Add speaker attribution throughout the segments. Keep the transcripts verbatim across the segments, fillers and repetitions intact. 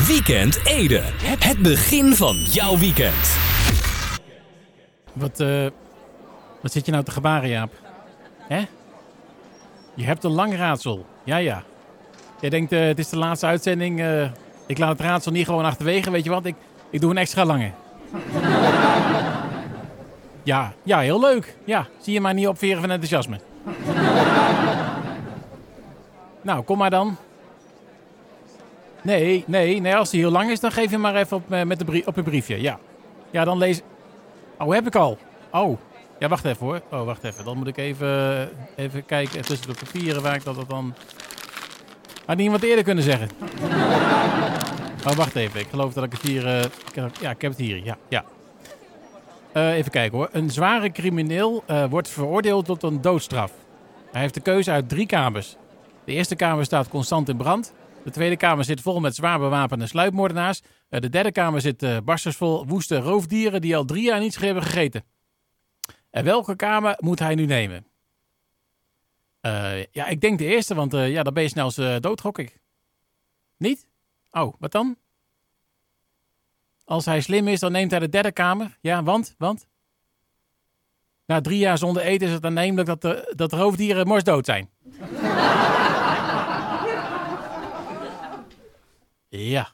Speaker 1: Weekend Ede. Het begin van jouw weekend.
Speaker 2: Wat, uh, wat zit je nou te gebaren, Jaap? Hè? Je hebt een lang raadsel. Ja, ja. Jij denkt, uh, het is de laatste uitzending. Uh, ik laat het raadsel niet gewoon achterwege. Weet je wat? Ik, ik doe een extra lange. Ja, ja, heel leuk. Ja, zie je maar niet opveren van enthousiasme. Nou, kom maar dan. Nee, nee, nee, als die heel lang is, dan geef je maar even op, uh, met de brie- op een briefje. Ja. Ja, dan lees... Oh, heb ik al. Oh. Ja, wacht even hoor. Oh, wacht even. Dan moet ik even, even kijken tussen de papieren waar ik dat, dat dan... Had niet wat eerder kunnen zeggen. Oh, wacht even. Ik geloof dat ik het hier... Uh, ja, ik heb het hier. Ja, ja. Uh, even kijken hoor. Een zware crimineel uh, wordt veroordeeld tot een doodstraf. Hij heeft de keuze uit drie kamers. De eerste kamer staat constant in brand. De tweede kamer zit vol met zwaar bewapende sluipmoordenaars. Uh, de derde kamer zit uh, barstensvol woeste roofdieren die al drie jaar niets hebben gegeten. En welke kamer moet hij nu nemen? Uh, ja, ik denk de eerste, want uh, ja, dan ben je snel uh, dood, gok ik. Niet? Oh, wat dan? Als hij slim is, dan neemt hij de derde kamer. Ja, want? Want? Na drie jaar zonder eten is het aannemelijk dat de, dat de roofdieren morsdood zijn. Ja.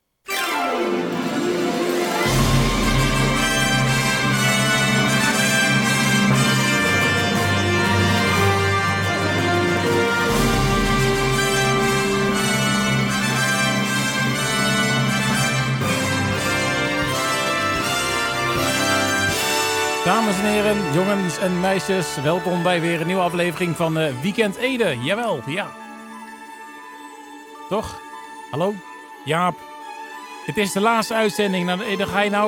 Speaker 2: Dames en heren, jongens en meisjes, welkom bij weer een nieuwe aflevering van uh, Weekend Ede. Jawel, ja. Toch? Hallo? Jaap. Het is de laatste uitzending, dan, dan ga je nou...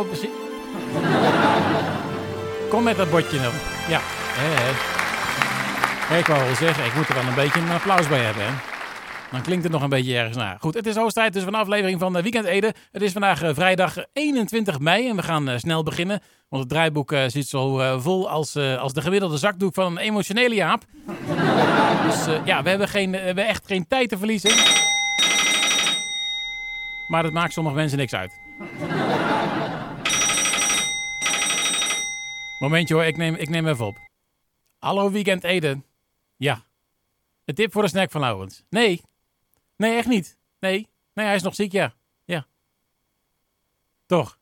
Speaker 2: Kom met dat bordje nou. Ja. He, he. Ik wou wel zeggen, ik moet er wel een beetje een applaus bij hebben, hè. Dan klinkt het nog een beetje ergens naar. Goed, het is hoogstijd dus van de aflevering van Weekend Ede. Het is vandaag uh, vrijdag eenentwintig mei en we gaan uh, snel beginnen. Want het draaiboek uh, zit zo uh, vol als, uh, als de gemiddelde zakdoek van een emotionele Jaap. Dus uh, ja, we hebben, geen, we hebben echt geen tijd te verliezen. Maar dat maakt sommige mensen niks uit. Momentje hoor, ik neem, ik neem even op. Hallo Weekend Ede. Ja. Een tip voor de snack van Laurens. Nee. Nee, echt niet. Nee. Nee, hij is nog ziek, ja. Ja. Toch.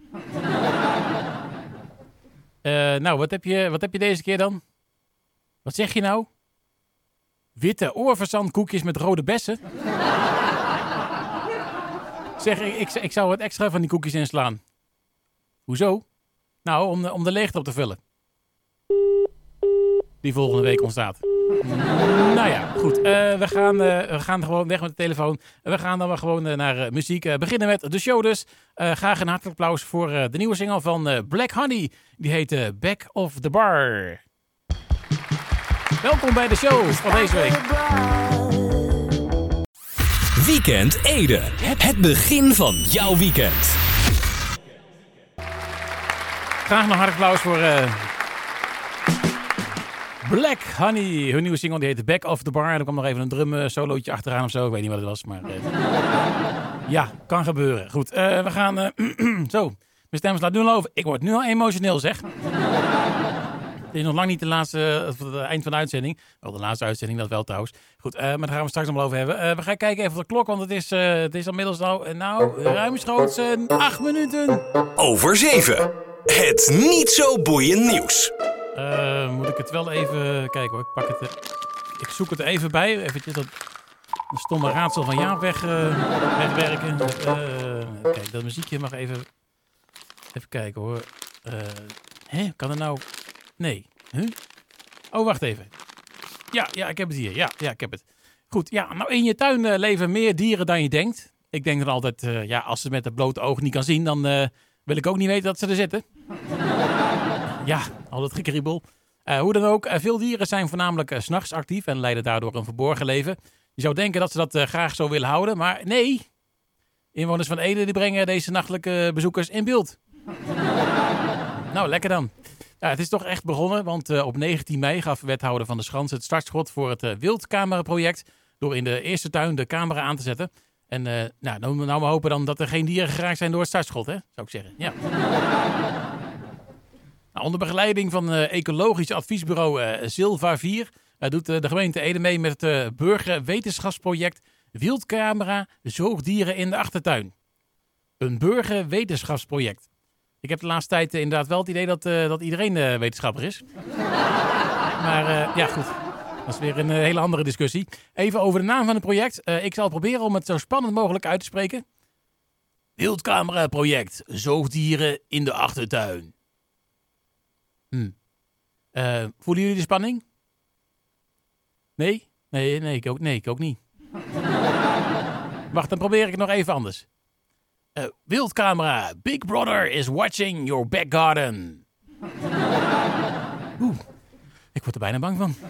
Speaker 2: uh, nou, wat heb, je, wat heb je deze keer dan? Wat zeg je nou? Witte oorverzandkoekjes met rode bessen? Zeg, ik, ik, ik zou wat extra van die koekjes inslaan. Hoezo? Nou, om de, om de leegte op te vullen. Die volgende week ontstaat. Nou ja, goed. Uh, we, gaan, uh, we gaan gewoon weg met de telefoon. We gaan dan maar gewoon uh, naar uh, muziek. Uh, beginnen met de show dus. Uh, graag een hartelijk applaus voor uh, de nieuwe single van uh, Black Honey. Die heet uh, Back of the Bar. Welkom bij de show van deze week.
Speaker 1: Weekend Ede. Het begin van jouw weekend.
Speaker 2: Graag nog een hartelijk applaus voor... Uh, Black Honey, hun nieuwe single, die heet Back of the Bar. En er kwam nog even een drum solootje achteraan of zo. Ik weet niet wat het was, maar... Uh, ja, kan gebeuren. Goed, uh, we gaan... Uh, zo, mijn stem slaat nu al over. Ik word nu al emotioneel, zeg. Het is nog lang niet de laatste... Uh, het eind van de uitzending. Wel, de laatste uitzending, dat wel trouwens. Goed, uh, maar daar gaan we straks nog wel over hebben. Uh, we gaan kijken even op de klok, want het is, uh, het is inmiddels nou... Uh, nou, ruimschoots uh, acht minuten.
Speaker 1: Over zeven. Het niet zo boeiend nieuws.
Speaker 2: Uh, moet ik het wel even... Kijk hoor, ik pak het... Uh, ik zoek het er even bij. Eventjes dat de stomme raadsel van Jaap weg, uh, wegwerken. Uh, kijk, dat muziekje mag even... Even kijken hoor. Uh, hè, kan er nou... Nee. Huh? Oh, wacht even. Ja, ja, ik heb het hier. Ja, ja, ik heb het. Goed, ja, nou in je tuin uh, leven meer dieren dan je denkt. Ik denk dan altijd, uh, ja, als ze het met het blote oog niet kan zien, dan uh, wil ik ook niet weten dat ze er zitten. Ja, al dat gekriebel. Uh, hoe dan ook, uh, veel dieren zijn voornamelijk uh, 's nachts actief en leiden daardoor een verborgen leven. Je zou denken dat ze dat uh, graag zo willen houden, maar nee. Inwoners van Ede die brengen deze nachtelijke bezoekers in beeld. Nou, lekker dan. Ja, het is toch echt begonnen, want uh, op negentien mei gaf wethouder Van der Schans het startschot voor het uh, wildcameraproject door in de eerste tuin de camera aan te zetten. En uh, nou, nou, nou maar hopen dan dat er geen dieren geraakt zijn door het startschot, hè? Zou ik zeggen. Ja. Nou, onder begeleiding van uh, ecologisch adviesbureau uh, Silva vier uh, doet uh, de gemeente Ede mee met het uh, burgerwetenschapsproject Wildcamera Zoogdieren in de Achtertuin. Een burgerwetenschapsproject. Ik heb de laatste tijd uh, inderdaad wel het idee dat, uh, dat iedereen uh, wetenschapper is. Maar uh, ja, goed. Dat is weer een uh, hele andere discussie. Even over de naam van het project. Uh, ik zal proberen om het zo spannend mogelijk uit te spreken. Wildcamera project Zoogdieren in de Achtertuin. Hm. Uh, voelen jullie de spanning? Nee? Nee, nee, ik ook, nee, ik ook niet. Wacht, dan probeer ik het nog even anders. Uh, Wildcamera, Big Brother is watching your back garden. Oeh, ik word er bijna bang van.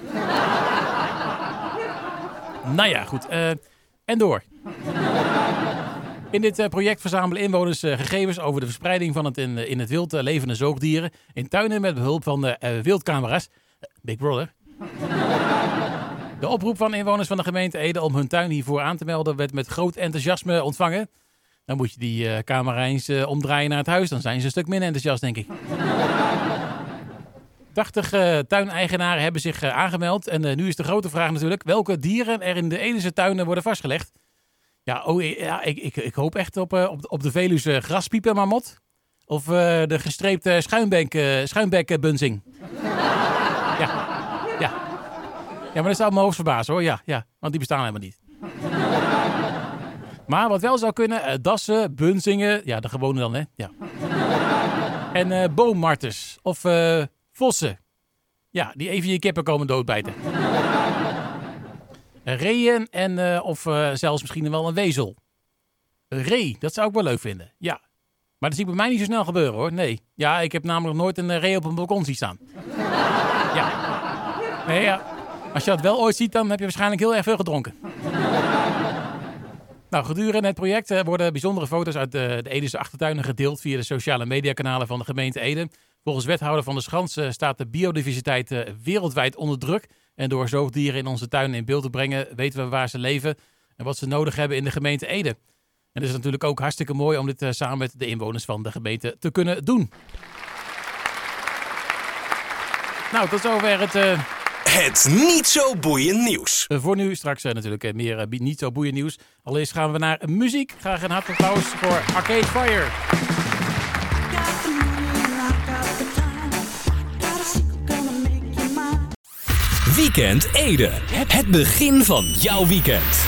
Speaker 2: Nou ja, goed. Uh, en door. In dit uh, project verzamelen inwoners uh, gegevens over de verspreiding van het in, uh, in het wild uh, levende zoogdieren in tuinen met behulp van de uh, wildcamera's. Uh, Big Brother. De oproep van inwoners van de gemeente Ede om hun tuin hiervoor aan te melden werd met groot enthousiasme ontvangen. Dan moet je die uh, camera eens uh, omdraaien naar het huis. Dan zijn ze een stuk minder enthousiast, denk ik. tachtig uh, tuineigenaren hebben zich uh, aangemeld. En uh, nu is de grote vraag natuurlijk welke dieren er in de Edese tuinen worden vastgelegd. Ja, oh, ja ik, ik, ik hoop echt op, uh, op, op de Veluwe graspiepermarmot. Of uh, de gestreepte schuimbek, uh, schuimbekbunzing. Ja, ja. Ja, maar dat zou me hoofd verbazen hoor. Ja, ja, want die bestaan helemaal niet. Maar wat wel zou kunnen, uh, dassen, bunzingen. Ja, de gewone dan, hè. Ja. En uh, boommarters. Of uh, vossen. Ja, die even je kippen komen doodbijten. Reeën en uh, of uh, zelfs misschien wel een wezel. Een ree, dat zou ik wel leuk vinden. Ja. Maar dat zie ik bij mij niet zo snel gebeuren hoor. Nee. Ja, ik heb namelijk nog nooit een ree op een balkon zien staan. Ja. Nee, ja. Als je dat wel ooit ziet, dan heb je waarschijnlijk heel erg veel gedronken. Nou, gedurende het project uh, worden bijzondere foto's uit de, de Edese achtertuinen gedeeld via de sociale mediakanalen van de gemeente Ede. Volgens wethouder Van der Schans uh, staat de biodiversiteit uh, wereldwijd onder druk. En door zoogdieren in onze tuinen in beeld te brengen, weten we waar ze leven en wat ze nodig hebben in de gemeente Ede. En het is natuurlijk ook hartstikke mooi om dit uh, samen met de inwoners van de gemeente te kunnen doen. Nou, tot zover het... Uh,
Speaker 1: Het niet zo boeiend nieuws.
Speaker 2: Uh, voor nu straks uh, natuurlijk uh, meer uh, niet zo boeiend nieuws. Allereerst gaan we naar muziek. Graag een hartelijk applaus voor Arcade Fire.
Speaker 1: Weekend Ede. Het begin van jouw weekend.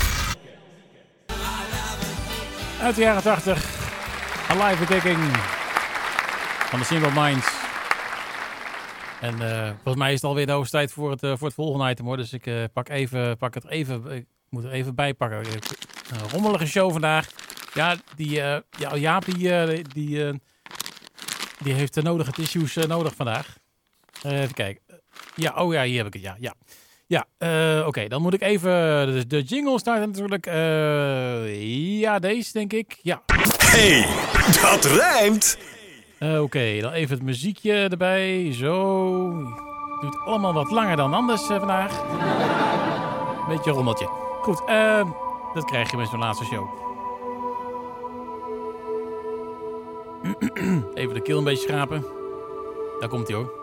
Speaker 2: Uit de jaren tachtig. Alive Kicking. Van de Simple Minds. En uh, volgens mij is het alweer de hoogste tijd voor het, uh, voor het volgende item hoor. Dus ik uh, pak, even, pak het even, ik moet er even bij pakken. Een rommelige show vandaag. Ja, die, uh, ja Jaap die, uh, die, uh, die heeft de nodige tissues uh, nodig vandaag. Uh, even kijken. Ja, oh ja, hier heb ik het. Ja, ja. Ja, uh, oké. Okay, dan moet ik even de, de jingle starten natuurlijk. Uh, ja, deze denk ik. Ja.
Speaker 1: Hey, dat rijmt!
Speaker 2: Uh, Oké, okay, dan even het muziekje erbij. Zo. Duurt allemaal wat langer dan anders uh, vandaag. Beetje rommeltje. Goed, uh, dat krijg je met zo'n laatste show. Even de keel een beetje schrapen. Daar komt hij hoor.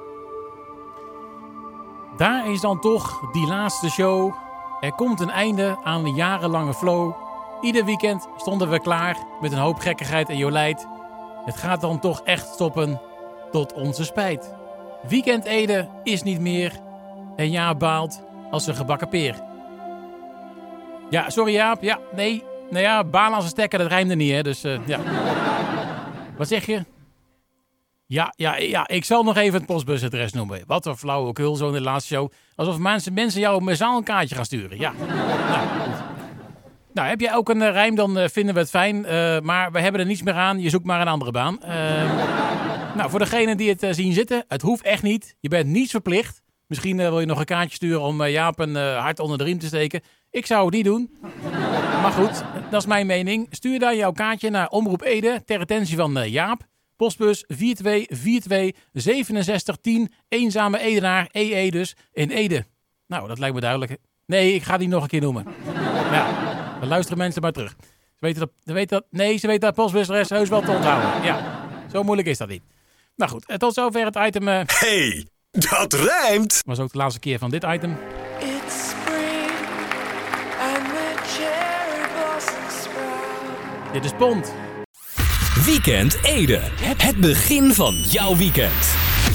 Speaker 2: Daar is dan toch die laatste show. Er komt een einde aan een jarenlange flow. Ieder weekend stonden we klaar met een hoop gekkigheid en jolijt. Het gaat dan toch echt stoppen, tot onze spijt. Weekend Ede is niet meer. En Jaap baalt als een gebakken peer. Ja, sorry Jaap. Ja, nee. Nou ja, balen als een stekker, dat rijmde niet, hè. Dus, uh, ja. Wat zeg je? Ja, ja, ja, ik zal nog even het postbusadres noemen. Wat een flauwekul, zo in de laatste show. Alsof mensen, mensen jou massaal een kaartje gaan sturen. Ja, nou, goed. Nou, heb jij ook een uh, rijm, dan uh, vinden we het fijn. Uh, maar we hebben er niets meer aan. Je zoekt maar een andere baan. Uh, nou, voor degenen die het uh, zien zitten. Het hoeft echt niet. Je bent niets verplicht. Misschien uh, wil je nog een kaartje sturen om uh, Jaap een uh, hart onder de riem te steken. Ik zou het niet doen. Maar goed, dat is mijn mening. Stuur dan jouw kaartje naar Omroep Ede ter attentie van uh, Jaap. Postbus vier twee vier twee zeven zes een nul. Eenzame Edenaar, E E dus, in Ede. Nou, dat lijkt me duidelijk. Nee, ik ga die nog een keer noemen. Ja. Dan luisteren mensen maar terug. Ze weten dat, ze weten dat, nee, ze weten dat postbusreis heus wel te onthouden. Ja, zo moeilijk is dat niet. Nou goed, tot zover het item. Uh,
Speaker 1: hey, dat rijmt!
Speaker 2: Was ook de laatste keer van dit item.
Speaker 3: It's spring and the cherry blossoms sprout.
Speaker 2: Dit is Pont.
Speaker 1: Weekend Ede. Het begin van jouw weekend.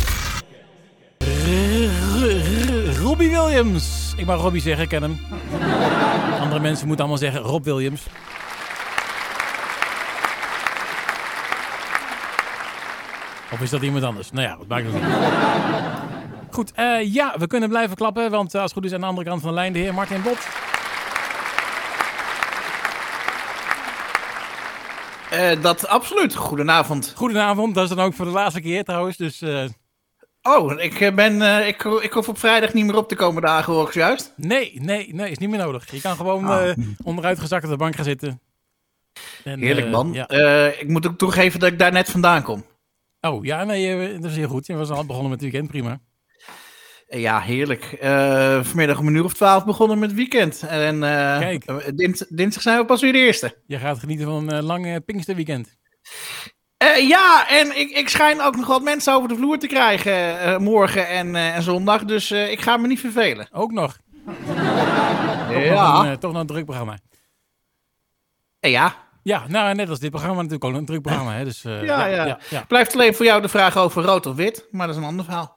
Speaker 2: Robbie Williams. Ik mag Robbie zeggen, ik ken hem. Andere mensen moeten allemaal zeggen Rob Williams. Of is dat iemand anders? Nou ja, dat maakt het niet. Goed, uh, ja, we kunnen blijven klappen, want uh, als het goed is aan de andere kant van de lijn de heer Martin Bot.
Speaker 4: Uh, dat absoluut. Goedenavond.
Speaker 2: Goedenavond, dat is dan ook voor de laatste keer trouwens, dus... Uh...
Speaker 4: Oh, ik ben, uh, ik, ik hoef op vrijdag niet meer op te komen dagen, hoor ik juist.
Speaker 2: Nee, nee, nee, is niet meer nodig. Je kan gewoon oh. uh, onderuitgezakt op de bank gaan zitten.
Speaker 4: En, Heerlijk, man. Uh, ja. uh, ik moet ook toegeven dat ik daar net vandaan kom.
Speaker 2: Oh, ja, nee, dat is heel goed. Je was al begonnen met het weekend, prima.
Speaker 4: Ja, heerlijk. Uh, vanmiddag om een uur of twaalf begonnen met het weekend. En uh, Kijk. Dins, dinsdag zijn we pas weer de eerste.
Speaker 2: Je gaat genieten van een uh, lang uh, Pinksterweekend.
Speaker 4: Uh, ja, en ik, ik schijn ook nog wat mensen over de vloer te krijgen uh, morgen en, uh, en zondag. Dus uh, ik ga me niet vervelen.
Speaker 2: Ook nog?
Speaker 4: Ja.
Speaker 2: Toch nog een, uh, toch nog een druk programma.
Speaker 4: Uh, ja.
Speaker 2: Ja, nou net als dit programma natuurlijk ook een druk programma. Hè? Dus, uh,
Speaker 4: ja,
Speaker 2: ja,
Speaker 4: ja.
Speaker 2: ja, ja.
Speaker 4: Blijft alleen voor jou de vraag over rood of wit, maar dat is een ander verhaal.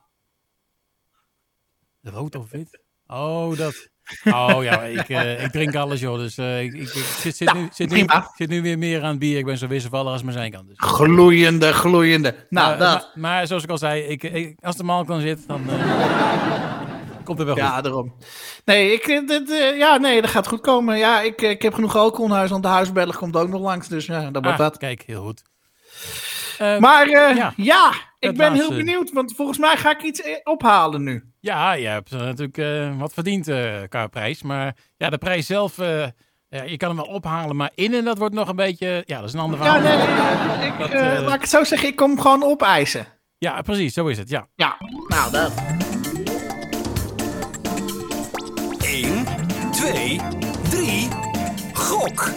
Speaker 2: Rood of wit? Oh, dat. Oh ja, ik, uh, ik drink alles, joh. Dus uh, ik, ik, ik zit, zit,
Speaker 4: ja,
Speaker 2: nu, zit, nu, zit nu weer meer aan bier. Ik ben zo wisselvallig als maar zijn kan. Dus.
Speaker 4: Gloeiende, gloeiende. Nou, uh, dat.
Speaker 2: Maar, maar zoals ik al zei, ik, ik, als de mal kan zit, dan uh, komt het wel goed.
Speaker 4: Ja, daarom. Nee, ik, dit, uh, ja, nee, dat gaat goed komen. Ja, ik, ik heb genoeg alcohol in huis, want de huisbeller komt ook nog langs. Dus ja, dat wordt
Speaker 2: ah,
Speaker 4: dat.
Speaker 2: Kijk, heel goed. Uh,
Speaker 4: maar uh, ja, ja ik ben
Speaker 2: laatste...
Speaker 4: heel benieuwd, want volgens mij ga ik iets ophalen nu.
Speaker 2: Ja, je hebt uh, natuurlijk uh, wat verdiend uh, qua prijs. Maar ja, de prijs zelf, uh, ja, je kan hem wel ophalen, maar innen, dat wordt nog een beetje, ja, dat is een ander verhaal.
Speaker 4: Ja, nee, nee ik, dat, uh, laat ik het zo zeggen, ik kom hem gewoon opeisen.
Speaker 2: Ja, precies, zo is het, ja.
Speaker 4: Ja, nou dat.
Speaker 1: één, twee, drie, gok!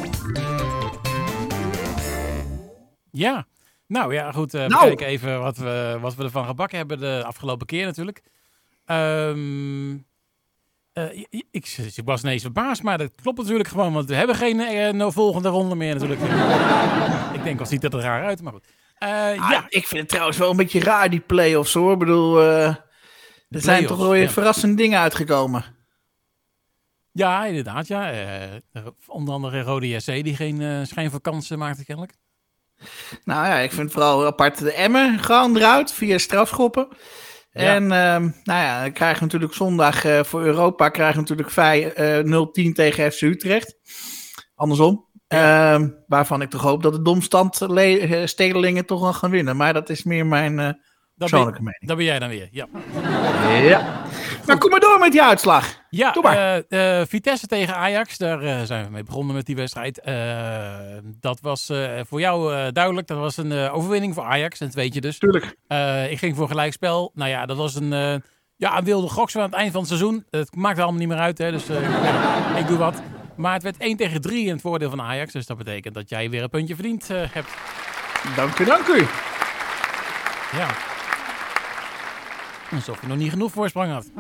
Speaker 2: Ja. Nou ja, goed. Uh, we
Speaker 4: nou.
Speaker 2: kijken even wat we, wat we ervan gebakken hebben de afgelopen keer natuurlijk. Um, uh, ik, ik, ik was ineens verbaasd, maar dat klopt natuurlijk gewoon. Want we hebben geen uh, no volgende ronde meer natuurlijk. Ik denk, al ziet dat er raar uit, maar goed. Uh,
Speaker 4: ah,
Speaker 2: ja.
Speaker 4: Ik vind het trouwens wel een beetje raar, die play-offs hoor. Ik bedoel, uh, er zijn toch wel weer ja. verrassende dingen uitgekomen.
Speaker 2: Ja, inderdaad, ja. Uh, onder andere Rode J C die geen uh, schijn van kansen maakte kennelijk.
Speaker 4: Nou ja, ik vind vooral apart de Emmen gewoon eruit via strafschoppen. Ja. En uh, nou ja, dan krijgen we natuurlijk zondag uh, voor Europa krijgen we natuurlijk vrij uh, nul tien tegen F C Utrecht. Andersom. Ja. Uh, waarvan ik toch hoop dat de domstandstedelingen toch wel gaan winnen. Maar dat is meer mijn uh, persoonlijke mening.
Speaker 2: Dat ben jij dan weer, ja.
Speaker 4: Ja. Nou, kom maar door met die uitslag.
Speaker 2: Ja, uh, uh, Vitesse tegen Ajax, daar uh, zijn we mee begonnen met die wedstrijd. Uh, dat was uh, voor jou uh, duidelijk, dat was een uh, overwinning voor Ajax, dat weet je dus.
Speaker 4: Tuurlijk.
Speaker 2: Uh, ik ging voor gelijkspel. Nou ja, dat was een, uh, ja, een wilde gok zo aan het eind van het seizoen. Het maakt allemaal niet meer uit, hè, dus uh, ja, ik doe wat. Maar het werd één tegen drie in het voordeel van Ajax, dus dat betekent dat jij weer een puntje verdiend uh, hebt.
Speaker 4: Dank u, dank u.
Speaker 2: Ja. Alsof je nog niet genoeg voorsprong had.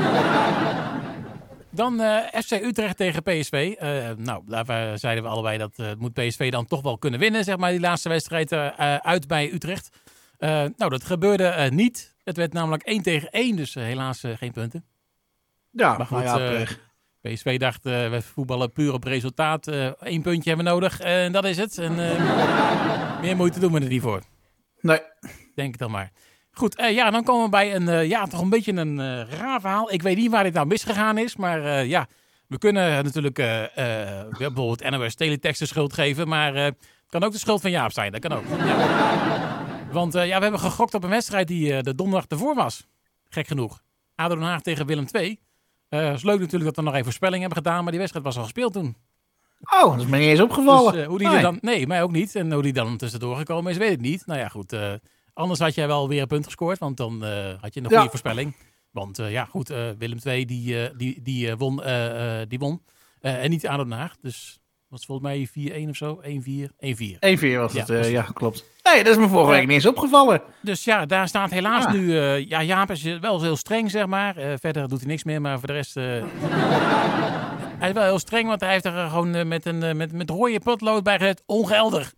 Speaker 2: Dan uh, F C Utrecht tegen P S V. Uh, nou, daar zeiden we allebei dat uh, moet P S V dan toch wel kunnen winnen, zeg maar, die laatste wedstrijd uh, uit bij Utrecht. Uh, nou, dat gebeurde uh, niet. Het werd namelijk één tegen één, dus uh, helaas uh, geen punten.
Speaker 4: Ja,
Speaker 2: maar goed,
Speaker 4: nou ja,
Speaker 2: uh, P S V dacht, uh, we voetballen puur op resultaat. Uh, Eén puntje hebben we nodig en uh, dat is het. En uh, meer moeite doen we er niet voor.
Speaker 4: Nee.
Speaker 2: Denk ik dan maar. Goed, uh, ja, dan komen we bij een, uh, ja, toch een beetje een uh, raar verhaal. Ik weet niet waar dit nou misgegaan is, maar uh, ja, we kunnen natuurlijk uh, uh, bijvoorbeeld N O S Teletext de schuld geven, maar uh, het kan ook de schuld van Jaap zijn, dat kan ook. Ja. Want uh, ja, we hebben gegokt op een wedstrijd die uh, de donderdag ervoor was. Gek genoeg. A D O Den Haag tegen Willem twee. Het uh, is leuk natuurlijk dat we nog even voorspelling hebben gedaan, maar die wedstrijd was al gespeeld toen.
Speaker 4: Oh, dat is me niet eens opgevallen.
Speaker 2: Dus, uh, hoe die nee. Er dan, nee, mij ook niet. En hoe die dan tussendoor gekomen is, weet ik niet. Nou ja, goed. Uh, anders had jij wel weer een punt gescoord, want dan uh, had je een goede ja. voorspelling. Want uh, ja, goed, uh, Willem twee, die, uh, die, die, uh, won, uh, uh, die won. Uh, en niet A D O Den Haag. Dus was volgens mij vier-een of zo. één-vier. één-vier.
Speaker 4: één vier was
Speaker 2: Ja,
Speaker 4: het, uh,
Speaker 2: precies.
Speaker 4: ja, klopt. Nee, dat is me vorige week niet eens opgevallen.
Speaker 2: Dus ja, daar staat helaas
Speaker 4: Ah.
Speaker 2: nu... Uh, ja, Jaap is wel heel streng, zeg maar. Uh, verder doet hij niks meer, maar voor de rest... Uh, hij is wel heel streng, want hij heeft er uh, gewoon uh, met, een, uh, met, met rode potlood bij gezet. Ongeldig.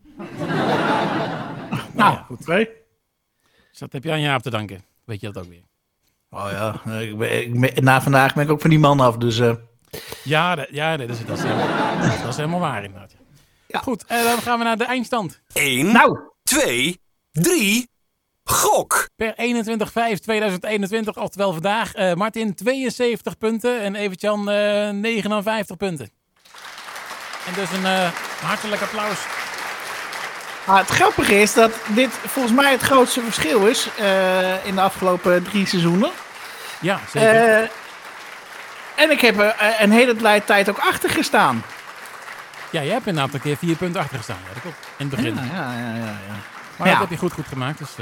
Speaker 4: Nou,
Speaker 2: ja, goed.
Speaker 4: Okay.
Speaker 2: Dus dat heb je aan Jaap te danken. Weet je dat ook weer.
Speaker 4: Oh ja, ik ben, ik ben, na vandaag ben ik ook van die man af, dus... Uh...
Speaker 2: Ja, dat, ja dat, is, dat, is helemaal, dat is helemaal waar inderdaad.
Speaker 4: Ja.
Speaker 2: Goed, en dan gaan we naar de eindstand.
Speaker 1: één,
Speaker 4: Nou,
Speaker 1: twee, drie, gok.
Speaker 2: Per eenentwintig vijf tweeduizend eenentwintig, oftewel vandaag. Uh, Martin tweeënzeventig punten en Evert-Jan uh, negenenvijftig punten. En dus een uh, hartelijk applaus.
Speaker 4: ah, het grappige is dat dit volgens mij het grootste verschil is uh, in de afgelopen drie seizoenen.
Speaker 2: Ja, zeker.
Speaker 4: Uh, en ik heb er uh, een hele tijd ook achter gestaan.
Speaker 2: Ja, jij hebt een aantal keer vier punten achter gestaan. Ja, dat klopt. In het begin.
Speaker 4: Ja, ja, ja. ja, ja.
Speaker 2: Maar
Speaker 4: ja.
Speaker 2: dat heb je goed goed gemaakt. Dus uh,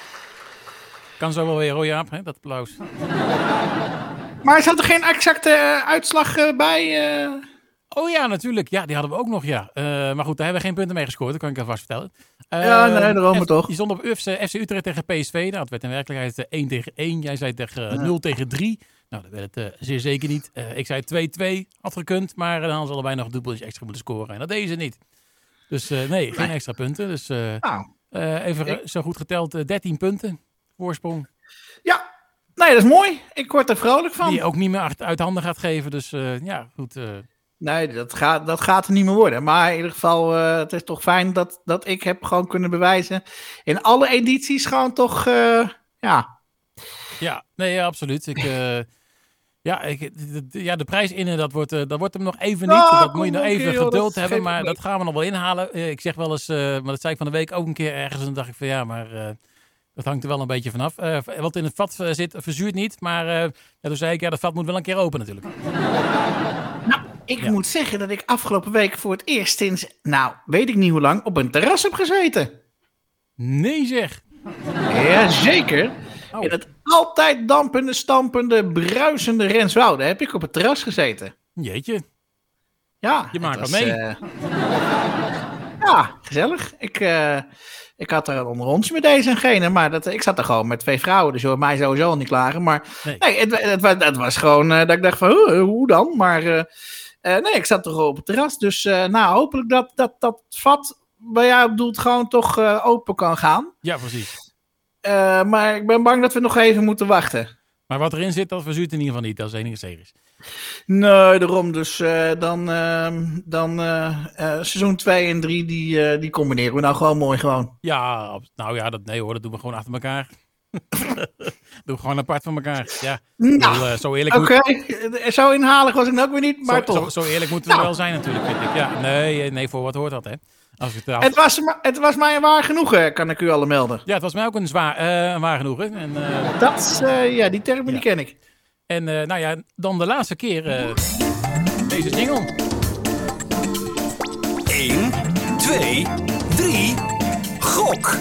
Speaker 2: kan zo wel weer, hoor Jaap, hè, dat applaus.
Speaker 4: Maar zat er geen exacte uh, uitslag uh, bij? Uh...
Speaker 2: Oh ja, natuurlijk. Ja, die hadden we ook nog, ja. Uh, maar goed, daar hebben we geen punten mee gescoord. Dat kan ik alvast vertellen. Uh,
Speaker 4: ja, nee, daarom
Speaker 2: F-
Speaker 4: toch.
Speaker 2: Die stond op U F C, F C Utrecht tegen P S V. Nou, het werd in werkelijkheid één tegen één. Jij zei tegen uh, nul tegen drie. Nou, dat werd het uh, zeer zeker niet. Uh, ik zei twee-twee. Had gekund, maar dan hadden ze allebei nog een dubbeltje extra moeten scoren. En dat deden ze niet. Dus uh, nee, geen extra punten. Dus uh,
Speaker 4: Nou,
Speaker 2: uh, even
Speaker 4: ik...
Speaker 2: zo goed geteld, uh, dertien punten. Voorsprong.
Speaker 4: Ja, nee, dat is mooi. Ik word er vrolijk van.
Speaker 2: Die je ook niet meer uit handen gaat geven. Dus uh, ja, goed. Uh,
Speaker 4: Nee, dat gaat, dat gaat er niet meer worden. Maar in ieder geval, uh, het is toch fijn dat, dat ik heb gewoon kunnen bewijzen. In alle edities gewoon toch, uh, ja.
Speaker 2: Ja, nee, ja, absoluut. Ik, uh, ja, ik, de, de, ja, de prijs innen, dat wordt, uh, dat wordt hem nog even niet.
Speaker 4: Oh,
Speaker 2: dat moet je nog even
Speaker 4: keer,
Speaker 2: geduld
Speaker 4: joh,
Speaker 2: hebben, maar dat gaan we nog wel inhalen. Uh, ik zeg wel eens, uh, maar dat zei ik van de week ook een keer ergens. En dan dacht ik van ja, maar uh, dat hangt er wel een beetje vanaf. Uh, wat in het vat uh, zit, verzuurt niet. Maar uh, ja, toen zei ik, ja, dat vat moet wel een keer open natuurlijk.
Speaker 4: Nou, ik
Speaker 2: ja.
Speaker 4: moet zeggen dat ik afgelopen week voor het eerst sinds, nou, weet ik niet hoe lang, op een terras heb gezeten.
Speaker 2: Nee zeg.
Speaker 4: Jazeker.
Speaker 2: Oh.
Speaker 4: In het altijd dampende, stampende, bruisende Renswoude heb ik op het terras gezeten.
Speaker 2: Jeetje.
Speaker 4: Ja.
Speaker 2: Je maakt
Speaker 4: wat
Speaker 2: mee.
Speaker 4: Uh... ja, gezellig. Ik, uh, ik had er een onderrondje met deze en gene, maar dat, ik zat er gewoon met twee vrouwen, dus je hoort mij sowieso al niet klagen. Maar nee, nee het, het, het, het was gewoon uh, dat ik dacht van, hoe, hoe dan? Maar uh, uh, nee, ik zat toch op het terras, dus uh, nou, hopelijk dat dat, dat vat bij jou bedoelt gewoon toch uh, open kan gaan.
Speaker 2: Ja, precies.
Speaker 4: Uh, maar ik ben bang dat we nog even moeten wachten.
Speaker 2: Maar wat erin zit, dat verzuurt in ieder geval niet. Dat is het enige zeker is.
Speaker 4: Nee, daarom. Dus uh, dan, uh, dan uh, uh, seizoen twee en drie, die, uh, die combineren we nou gewoon mooi gewoon.
Speaker 2: Ja, nou ja, dat, nee hoor, dat doen we gewoon achter elkaar. Doen we gewoon apart van elkaar. Ja,
Speaker 4: nou,
Speaker 2: wel, uh, zo eerlijk
Speaker 4: Oké, okay. Zo inhalig was ik nou ook weer niet, maar
Speaker 2: zo,
Speaker 4: toch.
Speaker 2: Zo, zo eerlijk moeten we
Speaker 4: nou.
Speaker 2: wel zijn natuurlijk, vind ik. Ja, nee, nee, voor wat hoort dat, hè? Als het, als...
Speaker 4: het, was, het was mij een waar genoegen, kan ik u alle melden.
Speaker 2: Ja, het was mij ook een zwaar, uh, een waar genoegen. En, uh...
Speaker 4: Dat, uh, ja, die termen ja. die ken ik.
Speaker 2: En uh, nou ja, dan de laatste keer uh, deze jingle.
Speaker 1: één, twee, drie, gok.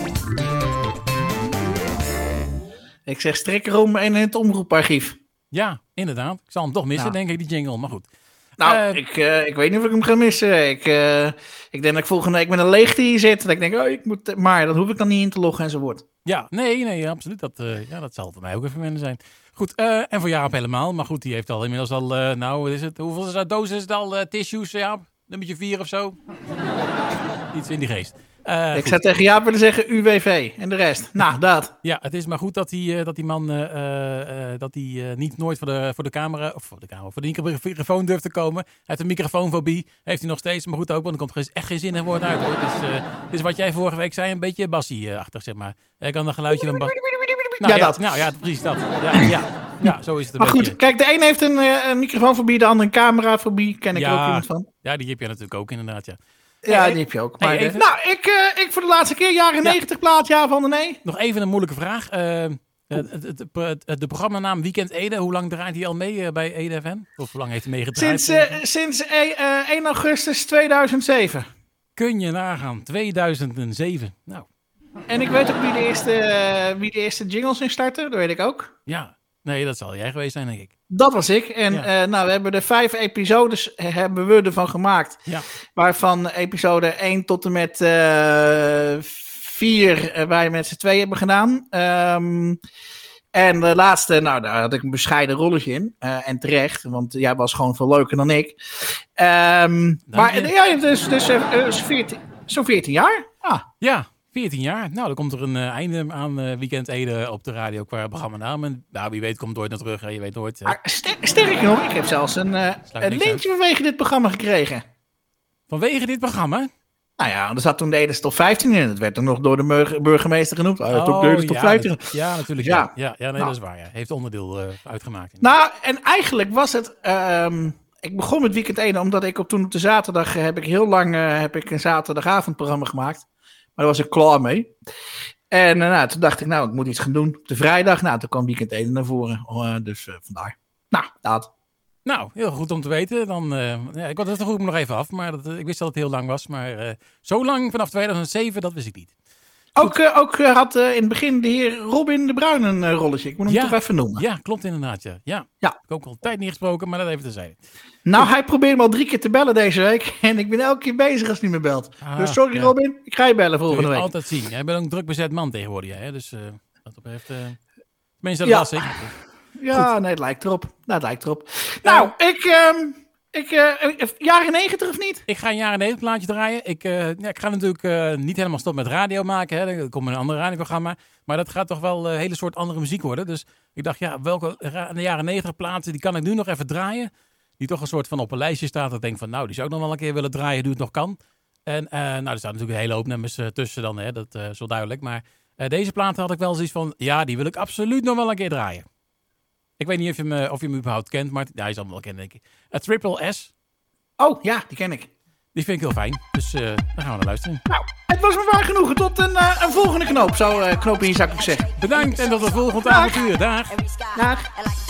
Speaker 4: Ik zeg strik erom en in het omroeparchief.
Speaker 2: Ja, inderdaad. Ik zal hem toch missen, nou. denk ik, die jingle. Maar goed.
Speaker 4: Nou,
Speaker 2: uh,
Speaker 4: ik, uh, ik weet niet of ik hem ga missen. Ik, uh, ik denk dat ik volgende week met een leegte hier zit. Dat ik denk, oh, ik moet, maar dat hoef ik dan niet in te loggen enzovoort.
Speaker 2: Ja, nee, nee, absoluut. Dat, uh, ja, dat zal voor mij ook even minder zijn. Goed, uh, en voor Jaap helemaal. Maar goed, die heeft al inmiddels al, uh, nou, wat is het? Hoeveel is dat dozen is het al? Uh, tissues, Jaap? Nummertje vier of zo? Iets in die geest. Uh,
Speaker 4: ik
Speaker 2: goed.
Speaker 4: zou tegen Jaap willen zeggen U W V en de rest. Nou, dat.
Speaker 2: Ja, het is maar goed dat die, uh, dat die man uh, uh, dat die, uh, niet nooit voor de, voor de camera, of voor de camera, voor de microfoon durft te komen. Hij heeft een microfoonfobie, heeft hij nog steeds, maar goed ook, want er komt echt geen zin in woord uit hoor. Het is, uh, het is wat jij vorige week zei, een beetje Bassie-achtig zeg maar. Hij kan een geluidje van Bas. Nou,
Speaker 4: ja,
Speaker 2: ja,
Speaker 4: dat.
Speaker 2: Nou ja, precies dat. Ja, ja, ja zo is het een
Speaker 4: maar
Speaker 2: beetje.
Speaker 4: goed, kijk, de een heeft een, uh, een microfoonfobie, de ander een camerafobie. Ken ik
Speaker 2: ja,
Speaker 4: er ook iemand van.
Speaker 2: Ja, die heb je natuurlijk ook inderdaad, ja.
Speaker 4: Ja,
Speaker 2: hey,
Speaker 4: die heb je ook. Maar,
Speaker 2: hey, even...
Speaker 4: Nou, ik, uh, ik voor de laatste keer jaren negentig ja. plaat, ja van de nee.
Speaker 2: Nog even een moeilijke vraag. Uh, het, het, het, het, de programmanaam Weekend Ede, hoe lang draait hij al mee uh, bij Ede F M? Of hoe lang heeft hij meegedraaid?
Speaker 4: Sinds, uh, sinds uh, één augustus tweeduizend zeven.
Speaker 2: Kun je nagaan, tweeduizend zeven. Nou.
Speaker 4: En ik weet ook wie de eerste, uh, wie de eerste jingles instartte, dat weet ik ook.
Speaker 2: Ja, nee, dat zal jij geweest zijn, denk ik.
Speaker 4: Dat was ik. En
Speaker 2: Ja.
Speaker 4: uh, nou, we hebben er vijf episodes hebben we ervan gemaakt.
Speaker 2: Ja.
Speaker 4: Waarvan episode één tot en met uh, vier uh, wij met z'n twee hebben gedaan. Um, en de laatste, nou, daar had ik een bescheiden rolletje in. Uh, en terecht, want jij was gewoon veel leuker dan ik. Um, maar uh, ja, dus, dus uh, veertien, zo'n veertien jaar. Ah.
Speaker 2: Ja, veertien jaar. Nou, dan komt er een uh, einde aan uh, Weekend Ede op de radio qua programma-naam. En nou, wie weet komt het ooit naar terug. Hè? Je weet nooit. Uh.
Speaker 4: Ah, ster- sterker nog, ik heb zelfs een, uh, een lintje vanwege dit programma gekregen.
Speaker 2: Vanwege dit programma?
Speaker 4: Nou ja, er zat toen de Ede Top vijftien in. Dat werd er nog door de mur- burgemeester genoemd. Uh,
Speaker 2: oh,
Speaker 4: de Ede Top
Speaker 2: ja,
Speaker 4: vijftien.
Speaker 2: Dat, ja, natuurlijk.
Speaker 4: Ja,
Speaker 2: ja, ja, ja nee,
Speaker 4: nou.
Speaker 2: dat is waar. Ja. Heeft onderdeel uh, uitgemaakt.
Speaker 4: Nou, en eigenlijk was het... Um, ik begon met Weekend Ede omdat ik op, toen op de zaterdag... Uh, heb ik heel lang uh, heb ik een zaterdagavondprogramma gemaakt. Maar daar was ik klaar mee. En uh, nou, toen dacht ik, nou, ik moet iets gaan doen. Op de vrijdag, nou, toen kwam Weekend Ede naar voren. Uh, dus uh, vandaar. Nou, dat...
Speaker 2: Nou, heel goed om te weten. Dan, uh, ja, ik dat vroeg me nog even af, maar dat, ik wist dat het heel lang was. Maar uh, zo lang vanaf tweeduizend zeven, dat wist ik niet.
Speaker 4: Ook, uh, ook uh, had uh, in het begin de heer Robin de Bruin een uh, rolletje. Ik moet hem
Speaker 2: ja,
Speaker 4: toch even noemen.
Speaker 2: Ja, klopt inderdaad. Ja. Ja.
Speaker 4: Ja.
Speaker 2: Ik heb ook al een tijd niet gesproken, maar dat even terzijde.
Speaker 4: Nou, hij probeert me al drie keer te bellen deze week. En ik ben elke keer bezig als hij me belt.
Speaker 2: Ah,
Speaker 4: dus sorry
Speaker 2: ja.
Speaker 4: Robin, ik ga je bellen volgende week.
Speaker 2: Altijd zien. Jij bent ook een druk bezet man tegenwoordig. Hè? Dus uh, dat betreft... Uh, tenminste, dat
Speaker 4: Ja.
Speaker 2: was ik.
Speaker 4: Ja,
Speaker 2: Goed.
Speaker 4: nee, het lijkt erop. Nou, het lijkt erop. Nou, ik... Um, ik uh, jaren negentig of niet?
Speaker 2: Ik ga een jaren negentig plaatje draaien. Ik, uh, ja, ik ga natuurlijk uh, niet helemaal stoppen met radio maken. Hè. Er komt een ander radioprogramma. Maar dat gaat toch wel een hele soort andere muziek worden. Dus ik dacht, ja, welke ra- de jaren negentig platen... die kan ik nu nog even draaien. Die toch een soort van op een lijstje staat. Dat ik denk van, nou, die zou ik nog wel een keer willen draaien... nu het nog kan. En uh, nou, er staan natuurlijk een hele hoop nummers uh, tussen dan. Hè. Dat uh, is wel duidelijk. Maar uh, deze platen had ik wel zoiets van... ja, die wil ik absoluut nog wel een keer draaien. Ik weet niet of je hem, of je hem überhaupt kent, maar ja, je zal hem wel kennen, denk ik. A Triple S.
Speaker 4: Oh, ja, die ken ik.
Speaker 2: Die vind ik heel fijn. Dus uh, daar gaan we naar luisteren.
Speaker 4: Nou, het was me waar genoegen. Tot een, uh, een volgende knoop. Zo uh, knoop in je zak, ik zeggen.
Speaker 2: Bedankt en tot de volgende avontuur. Dag.
Speaker 4: Dag.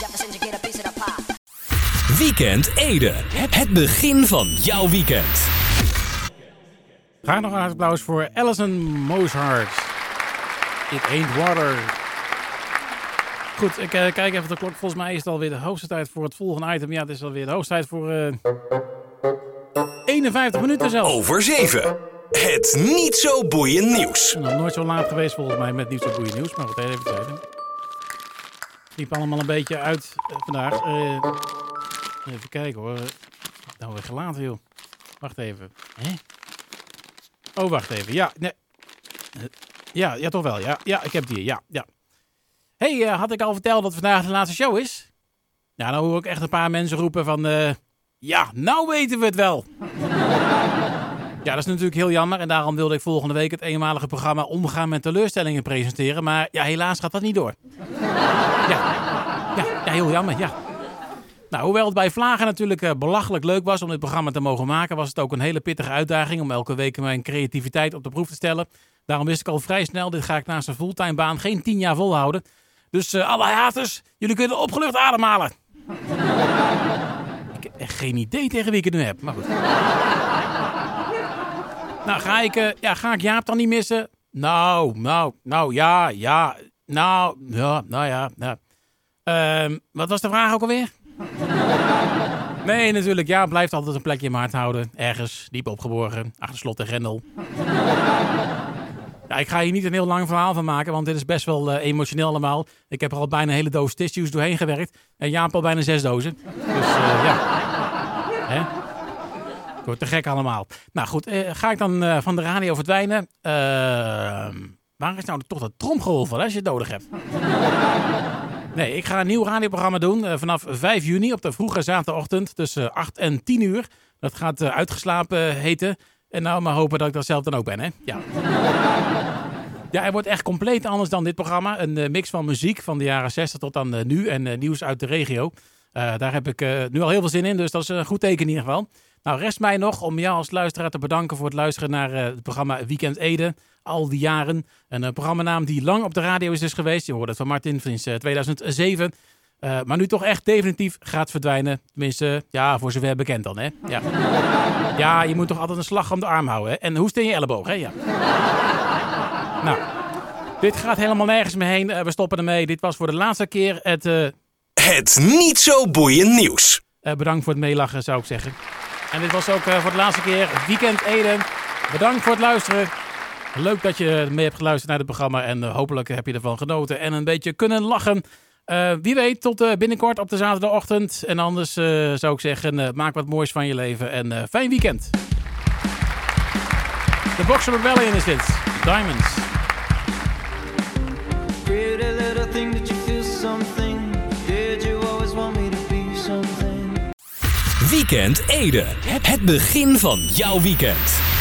Speaker 1: Weekend Ede. Het begin van jouw weekend.
Speaker 2: Graag nog een hartelijk applaus voor Alison Mozart. It Ain't Water. Goed, ik uh, kijk even de klok. Volgens mij is het alweer de hoogste tijd voor het volgende item. Ja, het is alweer de hoogste tijd voor uh, eenenvijftig minuten zelfs.
Speaker 1: Over zeven. Het niet zo boeiend nieuws.
Speaker 2: Nog nooit zo laat geweest volgens mij met niet zo boeiend nieuws. Maar goed, even tijd. Het liep allemaal een beetje uit uh, vandaag. Uh, even kijken hoor. Nou, weer gelaten joh. Wacht even. Hè? Oh, wacht even. Ja, nee. Uh, ja, ja, toch wel. Ja, ja, ik heb die hier. Ja, ja. Hey, uh, had ik al verteld dat vandaag de laatste show is? Ja, nou hoor ik echt een paar mensen roepen van... Uh, ja, nou weten we het wel. Ja, dat is natuurlijk heel jammer. En daarom wilde ik volgende week het eenmalige programma Omgaan met teleurstellingen presenteren. Maar ja, helaas gaat dat niet door. Ja, ja, ja heel jammer, ja. Nou, hoewel het bij Vlagen natuurlijk uh, belachelijk leuk was om dit programma te mogen maken... was het ook een hele pittige uitdaging om elke week mijn creativiteit op de proef te stellen. Daarom wist ik al vrij snel, dit ga ik naast een fulltime baan geen tien jaar volhouden. Dus uh, alle haters, jullie kunnen opgelucht ademhalen. Ik heb echt geen idee tegen wie ik het nu heb, maar goed. Nou, ga ik, uh, ja, ga ik Jaap dan niet missen? Nou, nou, nou, ja, ja, nou, ja, nou ja. ja. Uh, wat was de vraag ook alweer? Nee, natuurlijk, Jaap blijft altijd een plekje in mijn hart houden. Ergens, diep opgeborgen, achter slot en grendel. Ja, ik ga hier niet een heel lang verhaal van maken, want dit is best wel uh, emotioneel allemaal. Ik heb er al bijna een hele doos tissues doorheen gewerkt. En Jaap al bijna zes dozen. Dus uh, ja. Hè? Het wordt te gek allemaal. Nou goed, uh, ga ik dan uh, van de radio verdwijnen. Uh, waar is nou toch dat tromgeroffel van, als je het nodig hebt? Nee, ik ga een nieuw radioprogramma doen uh, vanaf vijf juni op de vroege zaterdagochtend tussen acht en tien uur. Dat gaat uh, Uitgeslapen heten. En nou maar hopen dat ik dat zelf dan ook ben, hè? Ja. Ja, hij wordt echt compleet anders dan dit programma. Een uh, mix van muziek van de jaren zestig tot aan uh, nu en uh, nieuws uit de regio. Uh, daar heb ik uh, nu al heel veel zin in, dus dat is een goed teken in ieder geval. Nou, rest mij nog om jou als luisteraar te bedanken voor het luisteren naar uh, het programma Weekend Ede. Al die jaren. Een uh, programmanaam die lang op de radio is dus geweest. Je hoorde het van Martin sinds uh, tweeduizend zeven. Uh, maar nu toch echt definitief gaat verdwijnen. Tenminste, ja, voor zover bekend dan, hè. Ja, ja je moet toch altijd een slag om de arm houden, hè. En hoest in je elleboog, hè. Ja. Nou, dit gaat helemaal nergens meer heen. Uh, we stoppen ermee. Dit was voor de laatste keer het uh,
Speaker 1: Het niet zo boeiend nieuws.
Speaker 2: Uh, bedankt voor het meelachen, zou ik zeggen. En dit was ook uh, voor de laatste keer Weekend Ede. Bedankt voor het luisteren. Leuk dat je mee hebt geluisterd naar het programma. En uh, hopelijk heb je ervan genoten en een beetje kunnen lachen. Uh, wie weet, tot uh, binnenkort op de zaterdagochtend. En anders uh, zou ik zeggen, uh, maak wat moois van je leven. En uh, fijn weekend. De Boxer Rebellion is dit. Diamonds.
Speaker 3: Pretty little thing that you feel something. Did you always want me to be something?
Speaker 1: Weekend Ede. Het begin van jouw weekend.